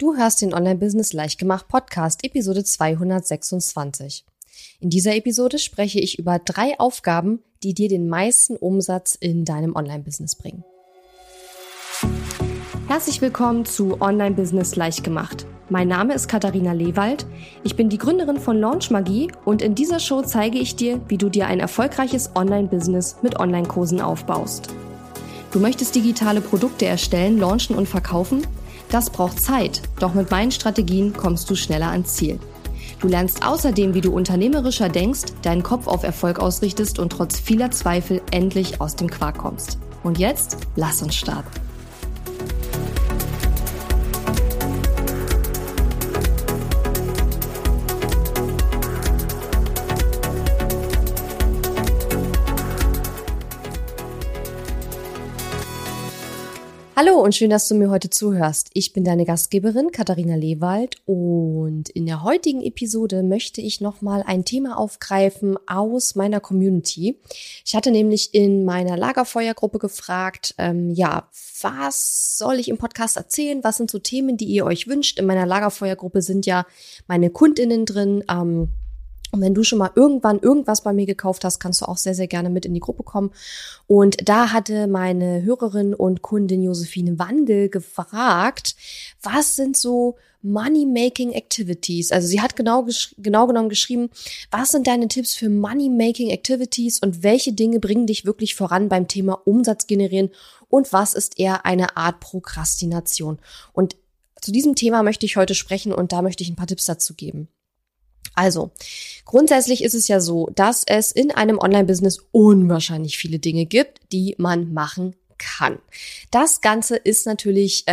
Du hörst den Online-Business Leichtgemacht Podcast, Episode 226. In dieser Episode spreche ich über 3 Aufgaben, die dir den meisten Umsatz in deinem Online-Business bringen. Herzlich willkommen zu Online-Business Leichtgemacht. Mein Name ist Katharina Lewald. Ich bin die Gründerin von Launch Magie und in dieser Show zeige ich dir, wie du dir ein erfolgreiches Online-Business mit Online-Kursen aufbaust. Du möchtest digitale Produkte erstellen, launchen und verkaufen? Das braucht Zeit, doch mit meinen Strategien kommst du schneller ans Ziel. Du lernst außerdem, wie du unternehmerischer denkst, deinen Kopf auf Erfolg ausrichtest und trotz vieler Zweifel endlich aus dem Quark kommst. Und jetzt, lass uns starten. Hallo und schön, dass du mir heute zuhörst. Ich bin deine Gastgeberin Katharina Lewald und in der heutigen Episode möchte ich nochmal ein Thema aufgreifen aus meiner Community. Ich hatte nämlich in meiner Lagerfeuergruppe gefragt, was soll ich im Podcast erzählen? Was sind so Themen, die ihr euch wünscht? In meiner Lagerfeuergruppe sind ja meine KundInnen drin. Und wenn du schon mal irgendwann irgendwas bei mir gekauft hast, kannst du auch sehr, sehr gerne mit in die Gruppe kommen. Und da hatte meine Hörerin und Kundin Josephine Wandel gefragt, was sind so Money-Making Activities? Also sie hat genau genommen geschrieben, was sind deine Tipps für Money-Making Activities und welche Dinge bringen dich wirklich voran beim Thema Umsatz generieren und was ist eher eine Art Prokrastination? Und zu diesem Thema möchte ich heute sprechen und da möchte ich ein paar Tipps dazu geben. Also, grundsätzlich ist es ja so, dass es in einem Online-Business unwahrscheinlich viele Dinge gibt, die man machen kann. Das Ganze ist natürlich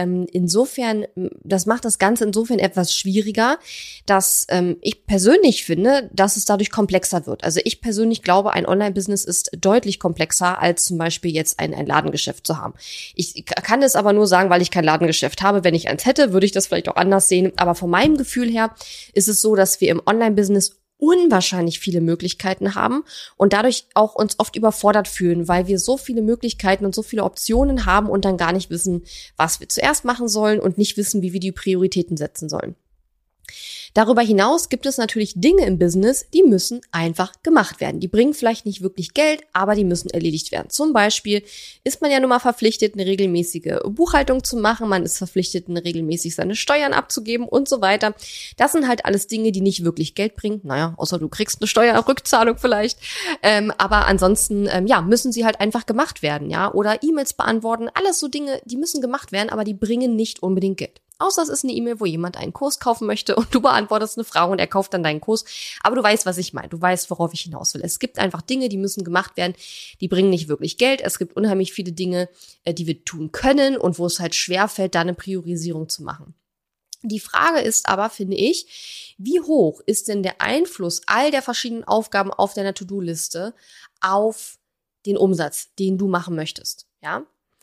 das macht das Ganze insofern etwas schwieriger, dass ich persönlich finde, dass es dadurch komplexer wird. Also ich persönlich glaube, ein Online-Business ist deutlich komplexer, als zum Beispiel jetzt ein Ladengeschäft zu haben. Ich kann das aber nur sagen, weil ich kein Ladengeschäft habe. Wenn ich eins hätte, würde ich das vielleicht auch anders sehen. Aber von meinem Gefühl her ist es so, dass wir im Online-Business unwahrscheinlich viele Möglichkeiten haben und dadurch auch uns oft überfordert fühlen, weil wir so viele Möglichkeiten und so viele Optionen haben und dann gar nicht wissen, was wir zuerst machen sollen und nicht wissen, wie wir die Prioritäten setzen sollen. Darüber hinaus gibt es natürlich Dinge im Business, die müssen einfach gemacht werden. Die bringen vielleicht nicht wirklich Geld, aber die müssen erledigt werden. Zum Beispiel ist man ja nun mal verpflichtet, eine regelmäßige Buchhaltung zu machen. Man ist verpflichtet, regelmäßig seine Steuern abzugeben und so weiter. Das sind halt alles Dinge, die nicht wirklich Geld bringen. Naja, außer du kriegst eine Steuerrückzahlung vielleicht. Aber ansonsten, müssen sie halt einfach gemacht werden, ja. Oder E-Mails beantworten. Alles so Dinge, die müssen gemacht werden, aber die bringen nicht unbedingt Geld. Außer es ist eine E-Mail, wo jemand einen Kurs kaufen möchte und du beantwortest eine Frage und er kauft dann deinen Kurs. Aber du weißt, was ich meine. Du weißt, worauf ich hinaus will. Es gibt einfach Dinge, die müssen gemacht werden. Die bringen nicht wirklich Geld. Es gibt unheimlich viele Dinge, die wir tun können und wo es halt schwerfällt, da eine Priorisierung zu machen. Die Frage ist aber, finde ich, wie hoch ist denn der Einfluss all der verschiedenen Aufgaben auf deiner To-Do-Liste auf den Umsatz, den du machen möchtest? Ja?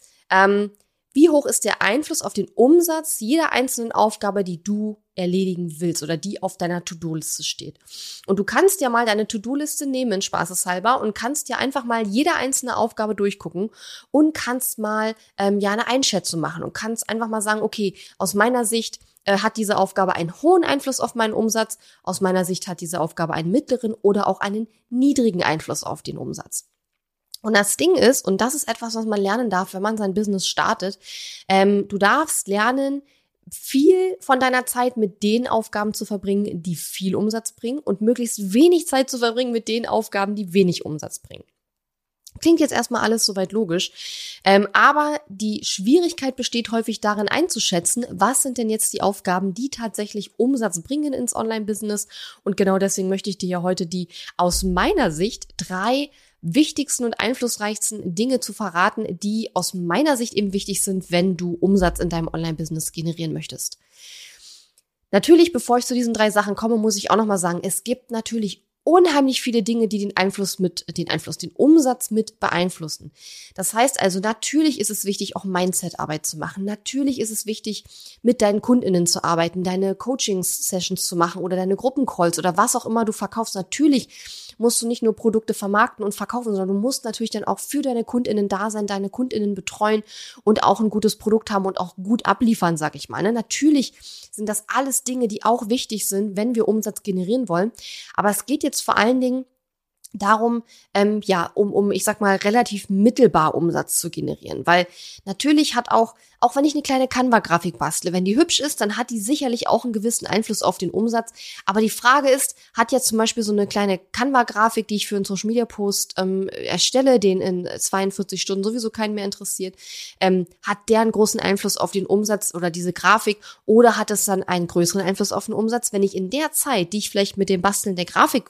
Wie hoch ist der Einfluss auf den Umsatz jeder einzelnen Aufgabe, die du erledigen willst oder die auf deiner To-Do-Liste steht? Und du kannst ja mal deine To-Do-Liste nehmen, spaßeshalber, und kannst ja einfach mal jede einzelne Aufgabe durchgucken und kannst mal eine Einschätzung machen und kannst einfach mal sagen, okay, aus meiner Sicht hat diese Aufgabe einen hohen Einfluss auf meinen Umsatz, aus meiner Sicht hat diese Aufgabe einen mittleren oder auch einen niedrigen Einfluss auf den Umsatz. Und das Ding ist, und das ist etwas, was man lernen darf, wenn man sein Business startet, du darfst lernen, viel von deiner Zeit mit den Aufgaben zu verbringen, die viel Umsatz bringen und möglichst wenig Zeit zu verbringen mit den Aufgaben, die wenig Umsatz bringen. Klingt jetzt erstmal alles soweit logisch, aber die Schwierigkeit besteht häufig darin einzuschätzen, was sind denn jetzt die Aufgaben, die tatsächlich Umsatz bringen ins Online-Business, und genau deswegen möchte ich dir ja heute die aus meiner Sicht 3 wichtigsten und einflussreichsten Dinge zu verraten, die aus meiner Sicht eben wichtig sind, wenn du Umsatz in deinem Online-Business generieren möchtest. Natürlich, bevor ich zu diesen 3 Sachen komme, muss ich auch nochmal sagen, es gibt natürlich unheimlich viele Dinge, die den Umsatz mit beeinflussen. Das heißt also, natürlich ist es wichtig, auch Mindset-Arbeit zu machen. Natürlich ist es wichtig, mit deinen KundInnen zu arbeiten, deine Coaching-Sessions zu machen oder deine Gruppencalls oder was auch immer du verkaufst. Natürlich musst du nicht nur Produkte vermarkten und verkaufen, sondern du musst natürlich dann auch für deine KundInnen da sein, deine KundInnen betreuen und auch ein gutes Produkt haben und auch gut abliefern, sag ich mal. Ne? Natürlich sind das alles Dinge, die auch wichtig sind, wenn wir Umsatz generieren wollen. Aber es geht jetzt vor allen Dingen darum, ich sag mal, relativ mittelbar Umsatz zu generieren. Weil natürlich hat auch wenn ich eine kleine Canva-Grafik bastle, wenn die hübsch ist, dann hat die sicherlich auch einen gewissen Einfluss auf den Umsatz. Aber die Frage ist, hat jetzt zum Beispiel so eine kleine Canva-Grafik, die ich für einen Social-Media-Post erstelle, den in 42 Stunden sowieso keinen mehr interessiert, hat der einen großen Einfluss auf den Umsatz oder diese Grafik, oder hat es dann einen größeren Einfluss auf den Umsatz, wenn ich in der Zeit, die ich vielleicht mit dem Basteln der Grafik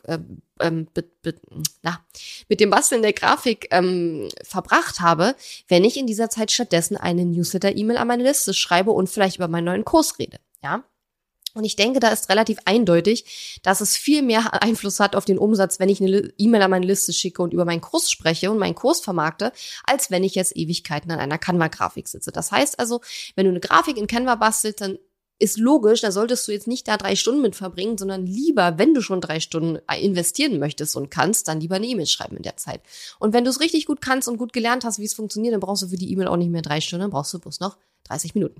verbracht habe, wenn ich in dieser Zeit stattdessen eine Newsletter-E-Mail an meine Liste schreibe und vielleicht über meinen neuen Kurs rede, ja? Und ich denke, da ist relativ eindeutig, dass es viel mehr Einfluss hat auf den Umsatz, wenn ich eine E-Mail an meine Liste schicke und über meinen Kurs spreche und meinen Kurs vermarkte, als wenn ich jetzt Ewigkeiten an einer Canva-Grafik sitze. Das heißt also, wenn du eine Grafik in Canva bastelst, dann ist logisch, da solltest du jetzt nicht da 3 Stunden mit verbringen, sondern lieber, wenn du schon 3 Stunden investieren möchtest und kannst, dann lieber eine E-Mail schreiben in der Zeit. Und wenn du es richtig gut kannst und gut gelernt hast, wie es funktioniert, dann brauchst du für die E-Mail auch nicht mehr 3 Stunden, dann brauchst du bloß noch 30 Minuten.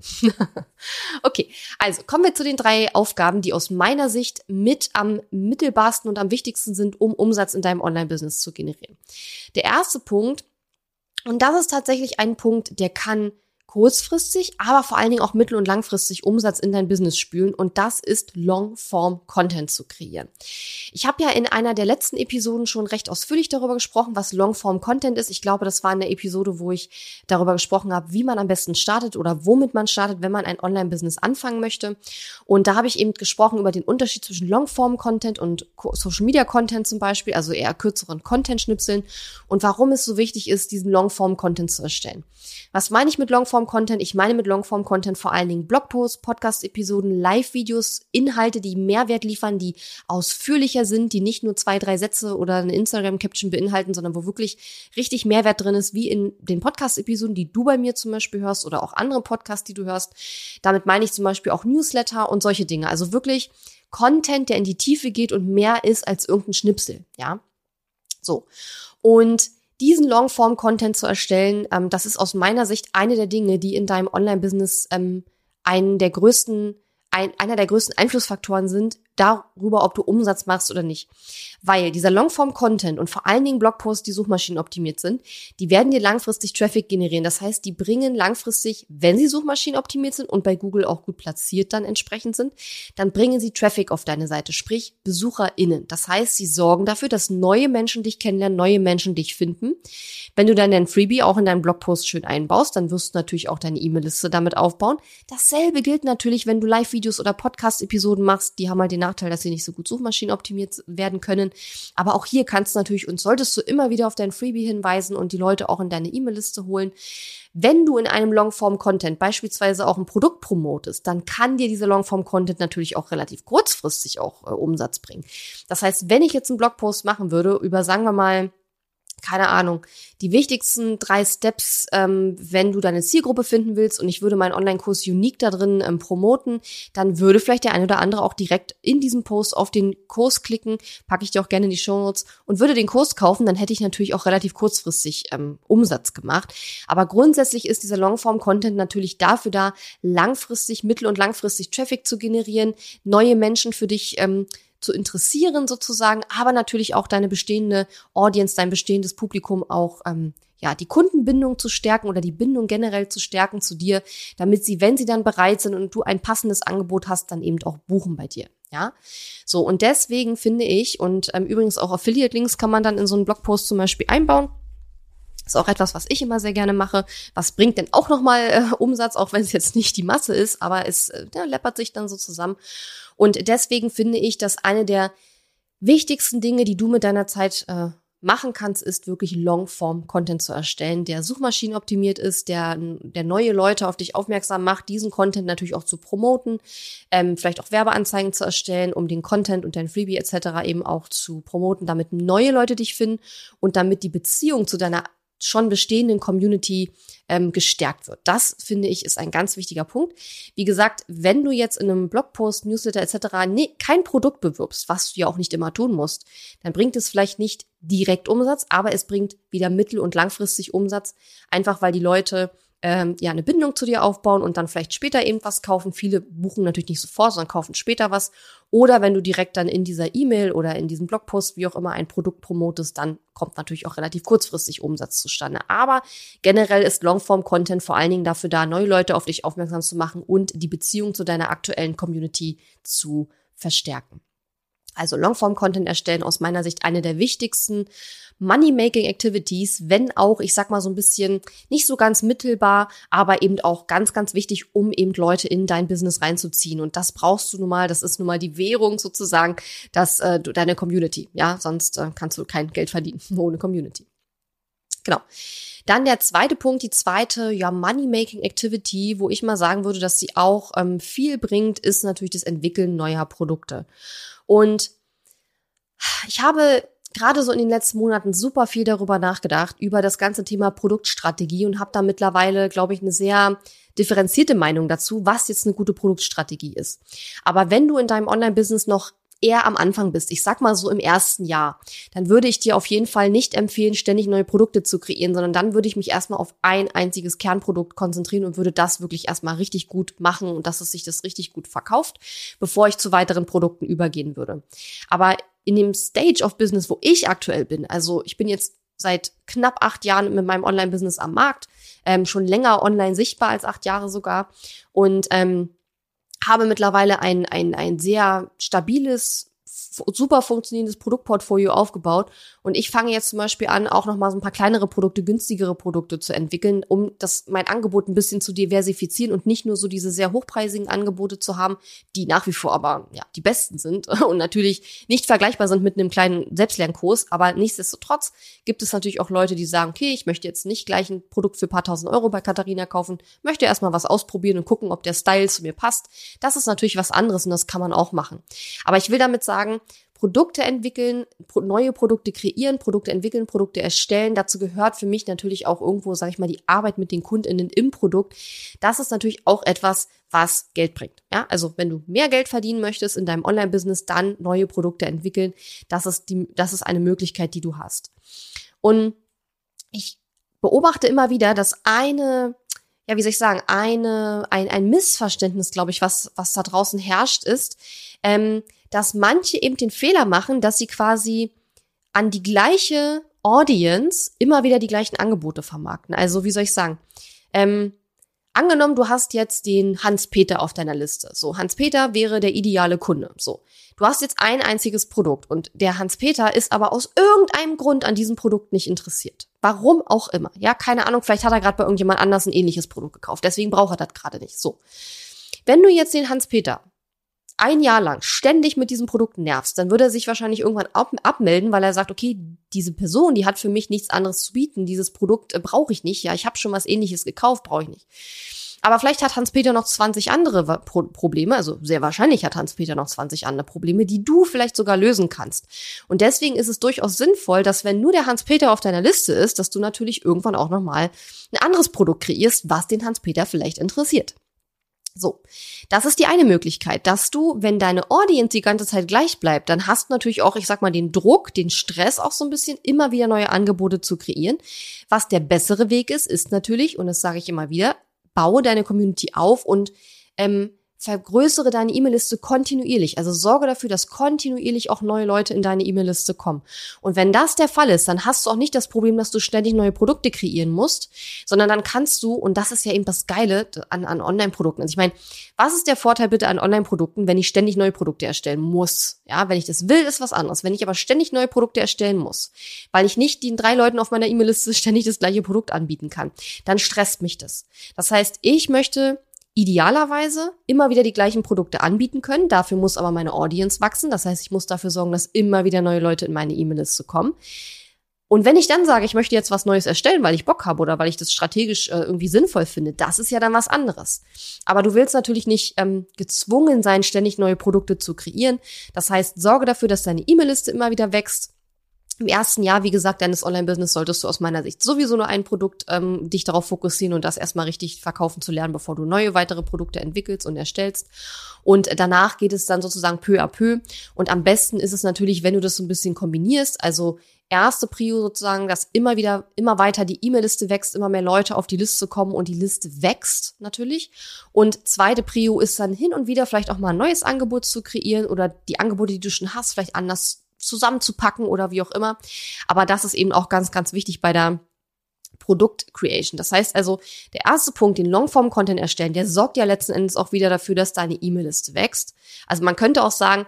Okay, also kommen wir zu den 3 Aufgaben, die aus meiner Sicht mit am mittelbarsten und am wichtigsten sind, um Umsatz in deinem Online-Business zu generieren. Der erste Punkt, und das ist tatsächlich ein Punkt, der kann kurzfristig, aber vor allen Dingen auch mittel- und langfristig Umsatz in dein Business spülen, und das ist Longform-Content zu kreieren. Ich habe ja in einer der letzten Episoden schon recht ausführlich darüber gesprochen, was Longform-Content ist. Ich glaube, das war in der Episode, wo ich darüber gesprochen habe, wie man am besten startet oder womit man startet, wenn man ein Online-Business anfangen möchte. Und da habe ich eben gesprochen über den Unterschied zwischen Longform-Content und Social-Media-Content zum Beispiel, also eher kürzeren Content-Schnipseln, und warum es so wichtig ist, diesen Longform-Content zu erstellen. Was meine ich mit Longform-Content? Ich meine mit Longform-Content vor allen Dingen Blogposts, Podcast-Episoden, Live-Videos, Inhalte, die Mehrwert liefern, die ausführlicher sind, die nicht nur 2, 3 Sätze oder eine Instagram-Caption beinhalten, sondern wo wirklich richtig Mehrwert drin ist, wie in den Podcast-Episoden, die du bei mir zum Beispiel hörst oder auch andere Podcasts, die du hörst. Damit meine ich zum Beispiel auch Newsletter und solche Dinge. Also wirklich Content, der in die Tiefe geht und mehr ist als irgendein Schnipsel, ja. So. Und diesen Longform-Content zu erstellen, das ist aus meiner Sicht eine der Dinge, die in deinem Online-Business einer der größten Einflussfaktoren sind, darüber, ob du Umsatz machst oder nicht. Weil dieser Longform-Content und vor allen Dingen Blogposts, die suchmaschinenoptimiert sind, die werden dir langfristig Traffic generieren. Das heißt, die bringen langfristig, wenn sie suchmaschinenoptimiert sind und bei Google auch gut platziert dann entsprechend sind, dann bringen sie Traffic auf deine Seite, sprich BesucherInnen. Das heißt, sie sorgen dafür, dass neue Menschen dich kennenlernen, neue Menschen dich finden. Wenn du dann dein Freebie auch in deinen Blogpost schön einbaust, dann wirst du natürlich auch deine E-Mail-Liste damit aufbauen. Dasselbe gilt natürlich, wenn du Live-Videos oder Podcast-Episoden machst. Die haben halt den Nachteil, dass sie nicht so gut suchmaschinenoptimiert werden können. Aber auch hier kannst du natürlich und solltest du immer wieder auf dein Freebie hinweisen und die Leute auch in deine E-Mail-Liste holen. Wenn du in einem Longform-Content beispielsweise auch ein Produkt promotest, dann kann dir dieser Longform-Content natürlich auch relativ kurzfristig auch Umsatz bringen. Das heißt, wenn ich jetzt einen Blogpost machen würde über, sagen wir mal, keine Ahnung, die wichtigsten 3 Steps, wenn du deine Zielgruppe finden willst, und ich würde meinen Online-Kurs Unique da drin promoten, dann würde vielleicht der eine oder andere auch direkt in diesem Post auf den Kurs klicken, packe ich dir auch gerne in die Shownotes, und würde den Kurs kaufen, dann hätte ich natürlich auch relativ kurzfristig Umsatz gemacht. Aber grundsätzlich ist dieser Longform-Content natürlich dafür da, langfristig, mittel- und langfristig Traffic zu generieren, neue Menschen für dich zu interessieren sozusagen, aber natürlich auch deine bestehende Audience, dein bestehendes Publikum auch, die Kundenbindung zu stärken oder die Bindung generell zu stärken zu dir, damit sie, wenn sie dann bereit sind und du ein passendes Angebot hast, dann eben auch buchen bei dir. Ja, so, und deswegen finde ich, und übrigens auch Affiliate-Links kann man dann in so einen Blogpost zum Beispiel einbauen. Ist auch etwas, was ich immer sehr gerne mache. Was bringt denn auch nochmal Umsatz, auch wenn es jetzt nicht die Masse ist, aber es läppert sich dann so zusammen. Und deswegen finde ich, dass eine der wichtigsten Dinge, die du mit deiner Zeit machen kannst, ist wirklich Longform-Content zu erstellen, der suchmaschinenoptimiert ist, der neue Leute auf dich aufmerksam macht, diesen Content natürlich auch zu promoten, vielleicht auch Werbeanzeigen zu erstellen, um den Content und dein Freebie etc. eben auch zu promoten, damit neue Leute dich finden und damit die Beziehung zu deiner schon bestehenden Community gestärkt wird. Das, finde ich, ist ein ganz wichtiger Punkt. Wie gesagt, wenn du jetzt in einem Blogpost, Newsletter etc. kein Produkt bewirbst, was du ja auch nicht immer tun musst, dann bringt es vielleicht nicht direkt Umsatz, aber es bringt wieder mittel- und langfristig Umsatz, einfach weil die Leute eine Bindung zu dir aufbauen und dann vielleicht später eben was kaufen. Viele buchen natürlich nicht sofort, sondern kaufen später was. Oder wenn du direkt dann in dieser E-Mail oder in diesem Blogpost, wie auch immer, ein Produkt promotest, dann kommt natürlich auch relativ kurzfristig Umsatz zustande. Aber generell ist Longform-Content vor allen Dingen dafür da, neue Leute auf dich aufmerksam zu machen und die Beziehung zu deiner aktuellen Community zu verstärken. Also Longform-Content erstellen aus meiner Sicht eine der wichtigsten Money-Making-Activities, wenn auch, ich sag mal so ein bisschen nicht so ganz mittelbar, aber eben auch ganz, ganz wichtig, um eben Leute in dein Business reinzuziehen. Und das brauchst du nun mal, das ist nun mal die Währung sozusagen, deine Community. Ja, sonst kannst du kein Geld verdienen ohne Community. Genau. Dann der zweite Punkt, die zweite Money-Making-Activity, wo ich mal sagen würde, dass sie auch viel bringt, ist natürlich das Entwickeln neuer Produkte. Und ich habe gerade so in den letzten Monaten super viel darüber nachgedacht, über das ganze Thema Produktstrategie und habe da mittlerweile, glaube ich, eine sehr differenzierte Meinung dazu, was jetzt eine gute Produktstrategie ist. Aber wenn du in deinem Online-Business noch eher am Anfang bist, ich sag mal so im ersten Jahr, dann würde ich dir auf jeden Fall nicht empfehlen, ständig neue Produkte zu kreieren, sondern dann würde ich mich erstmal auf ein einziges Kernprodukt konzentrieren und würde das wirklich erstmal richtig gut machen und dass es sich das richtig gut verkauft, bevor ich zu weiteren Produkten übergehen würde. Aber in dem Stage of Business, wo ich aktuell bin, also ich bin jetzt seit knapp 8 Jahren mit meinem Online-Business am Markt, schon länger online sichtbar als 8 Jahre sogar und habe mittlerweile ein sehr stabiles, super funktionierendes Produktportfolio aufgebaut und ich fange jetzt zum Beispiel an, auch nochmal so ein paar kleinere Produkte, günstigere Produkte zu entwickeln, um mein Angebot ein bisschen zu diversifizieren und nicht nur so diese sehr hochpreisigen Angebote zu haben, die nach wie vor aber die besten sind und natürlich nicht vergleichbar sind mit einem kleinen Selbstlernkurs, aber nichtsdestotrotz gibt es natürlich auch Leute, die sagen, okay, ich möchte jetzt nicht gleich ein Produkt für ein paar tausend Euro bei Katharina kaufen, möchte erstmal was ausprobieren und gucken, ob der Style zu mir passt. Das ist natürlich was anderes und das kann man auch machen. Aber ich will damit sagen, Produkte entwickeln, neue Produkte kreieren, Produkte entwickeln, Produkte erstellen. Dazu gehört für mich natürlich auch irgendwo, sage ich mal, die Arbeit mit den KundInnen im Produkt. Das ist natürlich auch etwas, was Geld bringt. Ja, also wenn du mehr Geld verdienen möchtest in deinem Online-Business, dann neue Produkte entwickeln. Das ist eine Möglichkeit, die du hast. Und ich beobachte immer wieder, dass ein Missverständnis, glaube ich, was da draußen herrscht, ist, dass manche eben den Fehler machen, dass sie quasi an die gleiche Audience immer wieder die gleichen Angebote vermarkten. Also, wie soll ich sagen? Angenommen, du hast jetzt den Hans-Peter auf deiner Liste. So, Hans-Peter wäre der ideale Kunde. So, du hast jetzt ein einziges Produkt und der Hans-Peter ist aber aus irgendeinem Grund an diesem Produkt nicht interessiert. Warum auch immer. Ja, keine Ahnung, vielleicht hat er gerade bei irgendjemand anders ein ähnliches Produkt gekauft. Deswegen braucht er das gerade nicht. So, wenn du jetzt den Hans-Peter 1 Jahr lang ständig mit diesem Produkt nervst, dann würde er sich wahrscheinlich irgendwann abmelden, weil er sagt, okay, diese Person, die hat für mich nichts anderes zu bieten, dieses Produkt brauche ich nicht, ja, ich habe schon was Ähnliches gekauft, brauche ich nicht. Aber vielleicht hat Hans-Peter noch 20 andere Probleme, also sehr wahrscheinlich hat Hans-Peter noch 20 andere Probleme, die du vielleicht sogar lösen kannst. Und deswegen ist es durchaus sinnvoll, dass wenn nur der Hans-Peter auf deiner Liste ist, dass du natürlich irgendwann auch nochmal ein anderes Produkt kreierst, was den Hans-Peter vielleicht interessiert. So, das ist die eine Möglichkeit, dass du, wenn deine Audience die ganze Zeit gleich bleibt, dann hast du natürlich auch, ich sag mal, den Druck, den Stress auch so ein bisschen, immer wieder neue Angebote zu kreieren. Was der bessere Weg ist natürlich, und das sage ich immer wieder, baue deine Community auf und vergrößere deine E-Mail-Liste kontinuierlich. Also sorge dafür, dass kontinuierlich auch neue Leute in deine E-Mail-Liste kommen. Und wenn das der Fall ist, dann hast du auch nicht das Problem, dass du ständig neue Produkte kreieren musst, sondern dann kannst du, und das ist ja eben das Geile an Online-Produkten. Also ich meine, was ist der Vorteil bitte an Online-Produkten, wenn ich ständig neue Produkte erstellen muss? Ja, wenn ich das will, ist was anderes. Wenn ich aber ständig neue Produkte erstellen muss, weil ich nicht den 3 Leuten auf meiner E-Mail-Liste ständig das gleiche Produkt anbieten kann, dann stresst mich das. Das heißt, ich möchte idealerweise immer wieder die gleichen Produkte anbieten können. Dafür muss aber meine Audience wachsen. Das heißt, ich muss dafür sorgen, dass immer wieder neue Leute in meine E-Mail-Liste kommen. Und wenn ich dann sage, ich möchte jetzt was Neues erstellen, weil ich Bock habe oder weil ich das strategisch irgendwie sinnvoll finde, das ist ja dann was anderes. Aber du willst natürlich nicht gezwungen sein, ständig neue Produkte zu kreieren. Das heißt, sorge dafür, dass deine E-Mail-Liste immer wieder wächst. Im ersten Jahr, wie gesagt, deines Online-Business solltest du aus meiner Sicht sowieso nur ein Produkt dich darauf fokussieren und das erstmal richtig verkaufen zu lernen, bevor du neue weitere Produkte entwickelst und erstellst. Und danach geht es dann sozusagen peu à peu. Und am besten ist es natürlich, wenn du das so ein bisschen kombinierst. Also erste Prio sozusagen, dass immer weiter die E-Mail-Liste wächst, immer mehr Leute auf die Liste kommen und die Liste wächst natürlich. Und zweite Prio ist dann hin und wieder vielleicht auch mal ein neues Angebot zu kreieren oder die Angebote, die du schon hast, vielleicht anders zusammenzupacken oder wie auch immer. Aber das ist eben auch ganz, ganz wichtig bei der Produkt-Creation. Das heißt also, der erste Punkt, den Longform-Content erstellen, der sorgt ja letzten Endes auch wieder dafür, dass deine E-Mail-Liste wächst. Also man könnte auch sagen,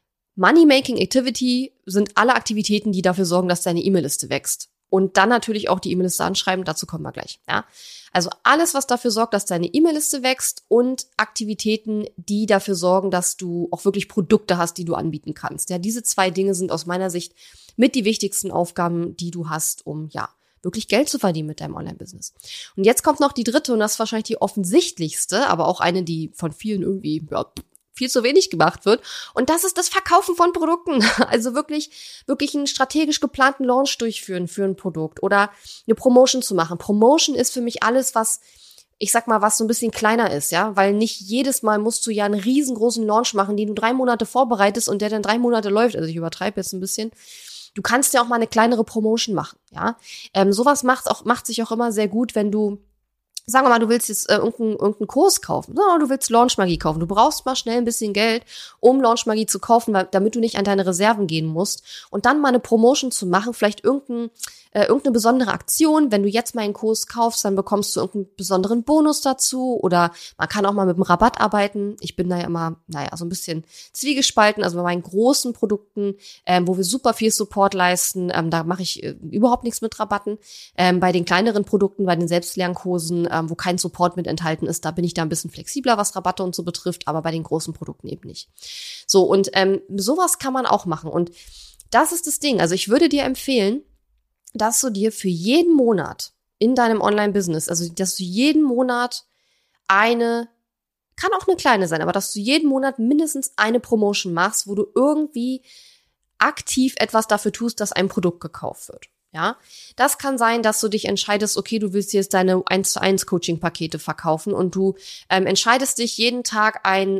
Money-Making-Activity sind alle Aktivitäten, die dafür sorgen, dass deine E-Mail-Liste wächst. Und dann natürlich auch die E-Mail-Liste anschreiben, dazu kommen wir gleich. Ja? Also alles, was dafür sorgt, dass deine E-Mail-Liste wächst und Aktivitäten, die dafür sorgen, dass du auch wirklich Produkte hast, die du anbieten kannst. Ja, diese zwei Dinge sind aus meiner Sicht mit die wichtigsten Aufgaben, die du hast, um wirklich Geld zu verdienen mit deinem Online-Business. Und jetzt kommt noch die dritte und das ist wahrscheinlich die offensichtlichste, aber auch eine, die von vielen irgendwie viel zu wenig gemacht wird. Und das ist das Verkaufen von Produkten. Also wirklich einen strategisch geplanten Launch durchführen für ein Produkt oder eine Promotion zu machen. Promotion ist für mich alles, was, ich sag mal, was so ein bisschen kleiner ist, ja, weil nicht jedes Mal musst du ja einen riesengroßen Launch machen, den du 3 Monate vorbereitest und der dann 3 Monate läuft. Also ich übertreibe jetzt ein bisschen. Du kannst ja auch mal eine kleinere Promotion machen, ja. Sowas macht sich auch immer sehr gut, wenn du, sagen wir mal, du willst jetzt irgendeinen Kurs kaufen, du willst Launchmagie kaufen. Du brauchst mal schnell ein bisschen Geld, um Launchmagie zu kaufen, damit du nicht an deine Reserven gehen musst. Und dann mal eine Promotion zu machen, vielleicht irgendeine besondere Aktion. Wenn du jetzt mal einen Kurs kaufst, dann bekommst du irgendeinen besonderen Bonus dazu. Oder man kann auch mal mit dem Rabatt arbeiten. Ich bin da ja immer, so ein bisschen zwiegespalten. Also bei meinen großen Produkten, wo wir super viel Support leisten, da mache ich überhaupt nichts mit Rabatten. Bei den kleineren Produkten, bei den Selbstlernkursen, wo kein Support mit enthalten ist, da bin ich da ein bisschen flexibler, was Rabatte und so betrifft, aber bei den großen Produkten eben nicht. So, und sowas kann man auch machen. Und das ist das Ding. Also ich würde dir empfehlen, dass du dir für jeden Monat in deinem Online-Business, also dass du jeden Monat kann auch eine kleine sein, aber dass du jeden Monat mindestens eine Promotion machst, wo du irgendwie aktiv etwas dafür tust, dass ein Produkt gekauft wird. Ja, das kann sein, dass du dich entscheidest, okay, du willst jetzt deine 1:1 Coaching-Pakete verkaufen und du entscheidest dich jeden Tag ein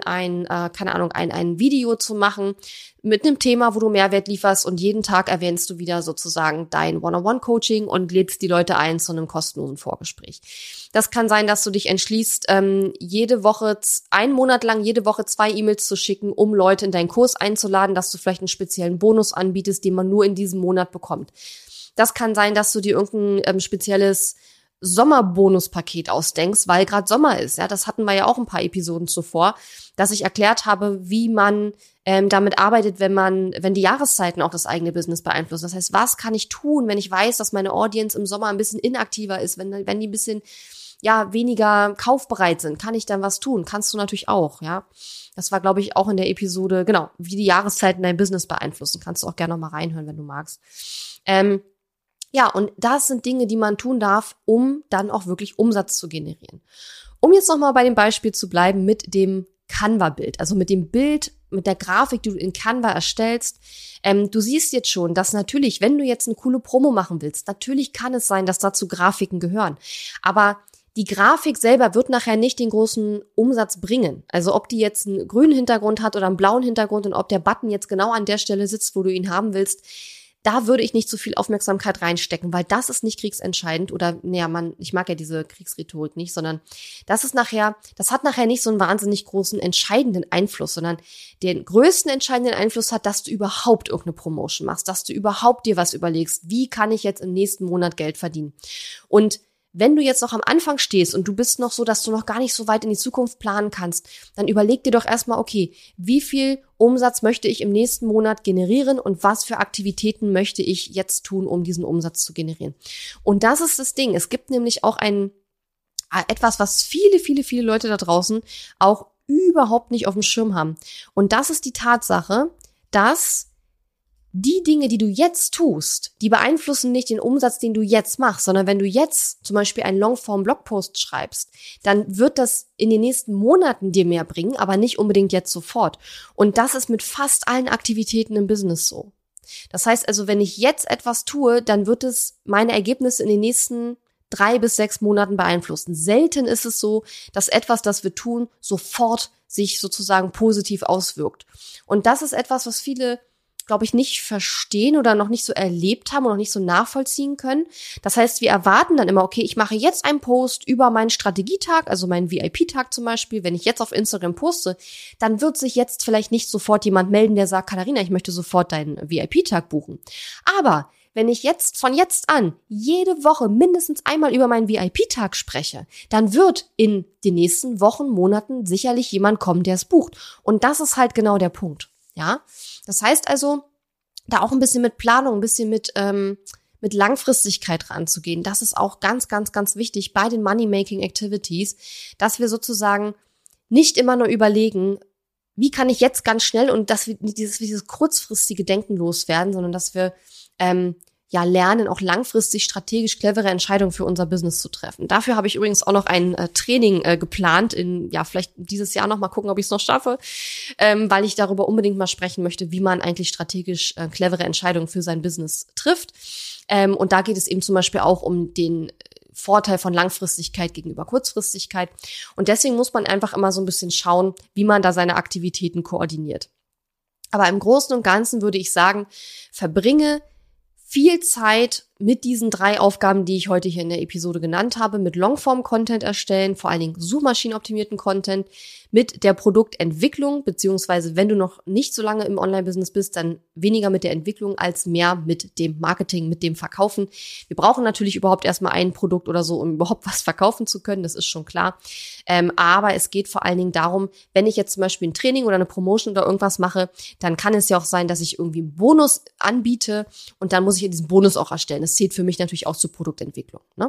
Video zu machen mit einem Thema, wo du Mehrwert lieferst und jeden Tag erwähnst du wieder sozusagen dein One-on-One-Coaching und lädst die Leute ein zu einem kostenlosen Vorgespräch. Das kann sein, dass du dich entschließt, jede Woche, einen Monat lang, jede Woche 2 E-Mails zu schicken, um Leute in deinen Kurs einzuladen, dass du vielleicht einen speziellen Bonus anbietest, den man nur in diesem Monat bekommt. Das kann sein, dass du dir irgendein spezielles Sommerbonuspaket ausdenkst, weil gerade Sommer ist. Ja, das hatten wir ja auch ein paar Episoden zuvor, dass ich erklärt habe, wie man damit arbeitet, wenn die Jahreszeiten auch das eigene Business beeinflussen. Das heißt, was kann ich tun, wenn ich weiß, dass meine Audience im Sommer ein bisschen inaktiver ist, wenn die ein bisschen weniger kaufbereit sind, kann ich dann was tun? Kannst du natürlich auch, ja. Das war, glaube ich, auch in der Episode, genau, wie die Jahreszeiten dein Business beeinflussen. Kannst du auch gerne noch mal reinhören, wenn du magst. Und das sind Dinge, die man tun darf, um dann auch wirklich Umsatz zu generieren. Um jetzt nochmal bei dem Beispiel zu bleiben mit dem Canva-Bild, also mit dem Bild, mit der Grafik, die du in Canva erstellst. Du siehst jetzt schon, dass natürlich, wenn du jetzt eine coole Promo machen willst, natürlich kann es sein, dass dazu Grafiken gehören. Aber die Grafik selber wird nachher nicht den großen Umsatz bringen. Also ob die jetzt einen grünen Hintergrund hat oder einen blauen Hintergrund und ob der Button jetzt genau an der Stelle sitzt, wo du ihn haben willst, da würde ich nicht so viel Aufmerksamkeit reinstecken, weil das ist nicht kriegsentscheidend oder, ich mag ja diese Kriegsrhetorik nicht, sondern das hat nachher nicht so einen wahnsinnig großen entscheidenden Einfluss, sondern den größten entscheidenden Einfluss hat, dass du überhaupt irgendeine Promotion machst, dass du überhaupt dir was überlegst, wie kann ich jetzt im nächsten Monat Geld verdienen? Und wenn du jetzt noch am Anfang stehst und du bist noch so, dass du noch gar nicht so weit in die Zukunft planen kannst, dann überleg dir doch erstmal, okay, wie viel Umsatz möchte ich im nächsten Monat generieren und was für Aktivitäten möchte ich jetzt tun, um diesen Umsatz zu generieren. Und das ist das Ding. Es gibt nämlich auch etwas, was viele, viele, viele Leute da draußen auch überhaupt nicht auf dem Schirm haben. Und das ist die Tatsache, dass die Dinge, die du jetzt tust, die beeinflussen nicht den Umsatz, den du jetzt machst, sondern wenn du jetzt zum Beispiel einen Longform-Blogpost schreibst, dann wird das in den nächsten Monaten dir mehr bringen, aber nicht unbedingt jetzt sofort. Und das ist mit fast allen Aktivitäten im Business so. Das heißt also, wenn ich jetzt etwas tue, dann wird es meine Ergebnisse in den nächsten 3 bis 6 Monaten beeinflussen. Selten ist es so, dass etwas, das wir tun, sofort sich sozusagen positiv auswirkt. Und das ist etwas, was viele, glaube ich, nicht verstehen oder noch nicht so erlebt haben und noch nicht so nachvollziehen können. Das heißt, wir erwarten dann immer, okay, ich mache jetzt einen Post über meinen Strategietag, also meinen VIP-Tag zum Beispiel. Wenn ich jetzt auf Instagram poste, dann wird sich jetzt vielleicht nicht sofort jemand melden, der sagt, Katharina, ich möchte sofort deinen VIP-Tag buchen. Aber wenn ich jetzt von jetzt an jede Woche mindestens einmal über meinen VIP-Tag spreche, dann wird in den nächsten Wochen, Monaten sicherlich jemand kommen, der es bucht. Und das ist halt genau der Punkt. Ja, das heißt also, da auch ein bisschen mit Planung, ein bisschen mit Langfristigkeit ranzugehen. Das ist auch ganz, ganz, ganz wichtig bei den Money-Making-Activities, dass wir sozusagen nicht immer nur überlegen, wie kann ich jetzt ganz schnell und dass wir dieses kurzfristige Denken loswerden, sondern dass wir lernen, auch langfristig strategisch clevere Entscheidungen für unser Business zu treffen. Dafür habe ich übrigens auch noch ein Training geplant vielleicht dieses Jahr noch mal gucken, ob ich es noch schaffe, weil ich darüber unbedingt mal sprechen möchte, wie man eigentlich strategisch clevere Entscheidungen für sein Business trifft. Und da geht es eben zum Beispiel auch um den Vorteil von Langfristigkeit gegenüber Kurzfristigkeit. Und deswegen muss man einfach immer so ein bisschen schauen, wie man da seine Aktivitäten koordiniert. Aber im Großen und Ganzen würde ich sagen, verbringe viel Zeit mit diesen 3 Aufgaben, die ich heute hier in der Episode genannt habe, mit Longform-Content erstellen, vor allen Dingen suchmaschinenoptimierten Content, mit der Produktentwicklung, beziehungsweise wenn du noch nicht so lange im Online-Business bist, dann weniger mit der Entwicklung als mehr mit dem Marketing, mit dem Verkaufen. Wir brauchen natürlich überhaupt erstmal ein Produkt oder so, um überhaupt was verkaufen zu können, das ist schon klar. Aber es geht vor allen Dingen darum, wenn ich jetzt zum Beispiel ein Training oder eine Promotion oder irgendwas mache, dann kann es ja auch sein, dass ich irgendwie einen Bonus anbiete und dann muss ich diesen Bonus auch erstellen. Das zählt für mich natürlich auch zur Produktentwicklung, ne?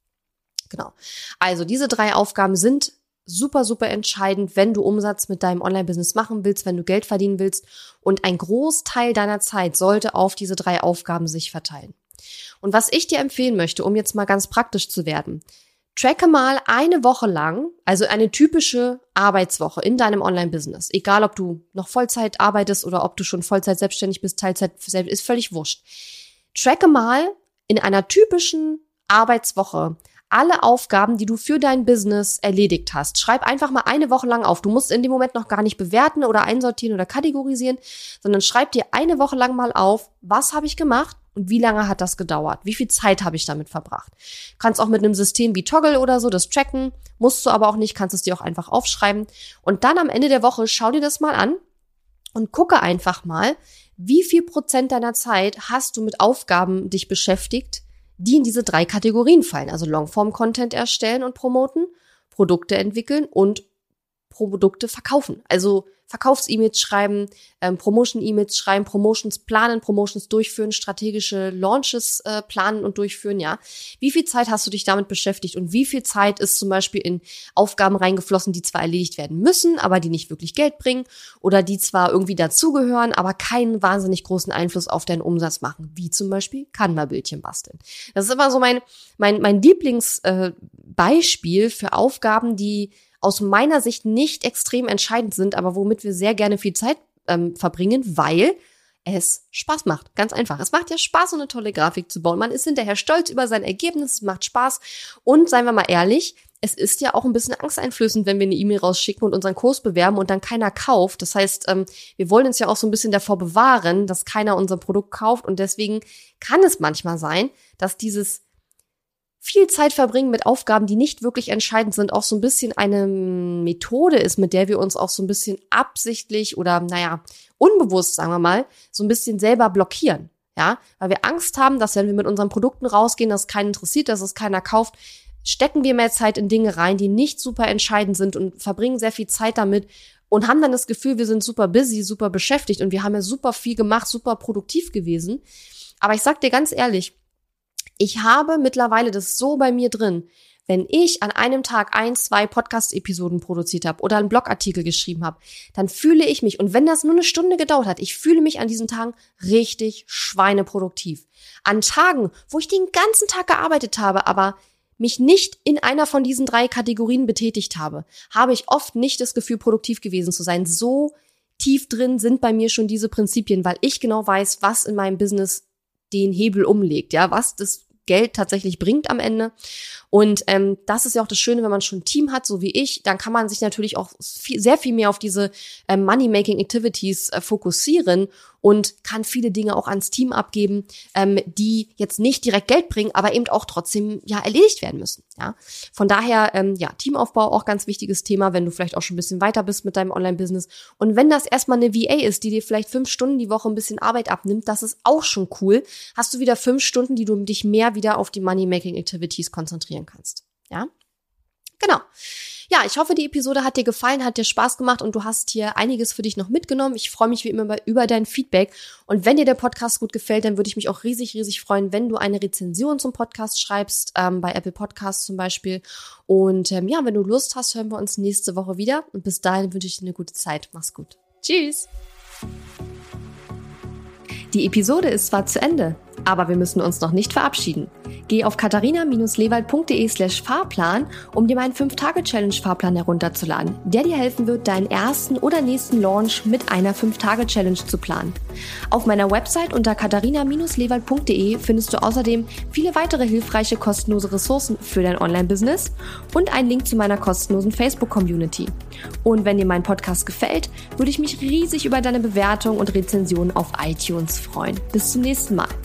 Genau. Also diese 3 Aufgaben sind super, super entscheidend, wenn du Umsatz mit deinem Online-Business machen willst, wenn du Geld verdienen willst. Und ein Großteil deiner Zeit sollte auf diese 3 Aufgaben sich verteilen. Und was ich dir empfehlen möchte, um jetzt mal ganz praktisch zu werden, tracke mal eine Woche lang, also eine typische Arbeitswoche in deinem Online-Business. Egal, ob du noch Vollzeit arbeitest oder ob du schon Vollzeit selbstständig bist, Teilzeit, ist völlig wurscht. Tracke mal in einer typischen Arbeitswoche alle Aufgaben, die du für dein Business erledigt hast. Schreib einfach mal eine Woche lang auf. Du musst in dem Moment noch gar nicht bewerten oder einsortieren oder kategorisieren, sondern schreib dir eine Woche lang mal auf, was habe ich gemacht und wie lange hat das gedauert? Wie viel Zeit habe ich damit verbracht? Du kannst auch mit einem System wie Toggl oder so das tracken, musst du aber auch nicht, kannst es dir auch einfach aufschreiben. Und dann am Ende der Woche schau dir das mal an und gucke einfach mal, wie viel Prozent deiner Zeit hast du mit Aufgaben dich beschäftigt, die in diese 3 Kategorien fallen. Also Longform-Content erstellen und promoten, Produkte entwickeln und Produkte verkaufen. Also Verkaufs-E-Mails schreiben, Promotion-E-Mails schreiben, Promotions planen, Promotions durchführen, strategische Launches planen und durchführen, ja. Wie viel Zeit hast du dich damit beschäftigt und wie viel Zeit ist zum Beispiel in Aufgaben reingeflossen, die zwar erledigt werden müssen, aber die nicht wirklich Geld bringen oder die zwar irgendwie dazugehören, aber keinen wahnsinnig großen Einfluss auf deinen Umsatz machen, wie zum Beispiel Canva-Bildchen basteln. Das ist immer so mein Lieblingsbeispiel für Aufgaben, die aus meiner Sicht nicht extrem entscheidend sind, aber womit wir sehr gerne viel Zeit verbringen, weil es Spaß macht. Ganz einfach. Es macht ja Spaß, so eine tolle Grafik zu bauen. Man ist hinterher stolz über sein Ergebnis, es macht Spaß. Und seien wir mal ehrlich, es ist ja auch ein bisschen angsteinflößend, wenn wir eine E-Mail rausschicken und unseren Kurs bewerben und dann keiner kauft. Das heißt, wir wollen uns ja auch so ein bisschen davor bewahren, dass keiner unser Produkt kauft. Und deswegen kann es manchmal sein, dass dieses viel Zeit verbringen mit Aufgaben, die nicht wirklich entscheidend sind, auch so ein bisschen eine Methode ist, mit der wir uns auch so ein bisschen absichtlich oder, unbewusst, sagen wir mal, so ein bisschen selber blockieren. Ja, weil wir Angst haben, dass wenn wir mit unseren Produkten rausgehen, dass es keinen interessiert, dass es keiner kauft, stecken wir mehr Zeit in Dinge rein, die nicht super entscheidend sind und verbringen sehr viel Zeit damit und haben dann das Gefühl, wir sind super busy, super beschäftigt und wir haben ja super viel gemacht, super produktiv gewesen. Aber ich sag dir ganz ehrlich, ich habe mittlerweile das so bei mir drin, Wenn ich an einem Tag 1, 2 Podcast-Episoden produziert habe oder einen Blogartikel geschrieben habe, dann fühle ich mich, und wenn das nur eine Stunde gedauert hat, ich fühle mich an diesen Tagen richtig schweineproduktiv. An Tagen, wo ich den ganzen Tag gearbeitet habe, aber mich nicht in einer von diesen 3 Kategorien betätigt habe, habe ich oft nicht das Gefühl, produktiv gewesen zu sein. So tief drin sind bei mir schon diese Prinzipien, weil ich genau weiß, was in meinem Business den Hebel umlegt, ja, was das Geld tatsächlich bringt am Ende. Und das ist ja auch das Schöne, wenn man schon ein Team hat, so wie ich, dann kann man sich natürlich auch sehr viel mehr auf diese Money-Making-Activities fokussieren und kann viele Dinge auch ans Team abgeben, die jetzt nicht direkt Geld bringen, aber eben auch trotzdem ja erledigt werden müssen. Ja, von daher Teamaufbau auch ganz wichtiges Thema, wenn du vielleicht auch schon ein bisschen weiter bist mit deinem Online-Business. Und wenn das erstmal eine VA ist, die dir vielleicht 5 Stunden die Woche ein bisschen Arbeit abnimmt, das ist auch schon cool. Hast du wieder 5 Stunden, die du dich mehr wieder auf die Money-Making-Activities konzentrieren kannst. Ja, genau. Ja, ich hoffe, die Episode hat dir gefallen, hat dir Spaß gemacht und du hast hier einiges für dich noch mitgenommen. Ich freue mich wie immer über dein Feedback. Und wenn dir der Podcast gut gefällt, dann würde ich mich auch riesig, riesig freuen, wenn du eine Rezension zum Podcast schreibst, bei Apple Podcasts zum Beispiel. Und wenn du Lust hast, hören wir uns nächste Woche wieder. Und bis dahin wünsche ich dir eine gute Zeit. Mach's gut. Tschüss. Die Episode ist zwar zu Ende, aber wir müssen uns noch nicht verabschieden. Geh auf katharina-lewald.de/Fahrplan, um dir meinen 5-Tage-Challenge-Fahrplan herunterzuladen, der dir helfen wird, deinen ersten oder nächsten Launch mit einer 5-Tage-Challenge zu planen. Auf meiner Website unter katharina-lewald.de findest du außerdem viele weitere hilfreiche kostenlose Ressourcen für dein Online-Business und einen Link zu meiner kostenlosen Facebook-Community. Und wenn dir mein Podcast gefällt, würde ich mich riesig über deine Bewertung und Rezension auf iTunes freuen. Bis zum nächsten Mal.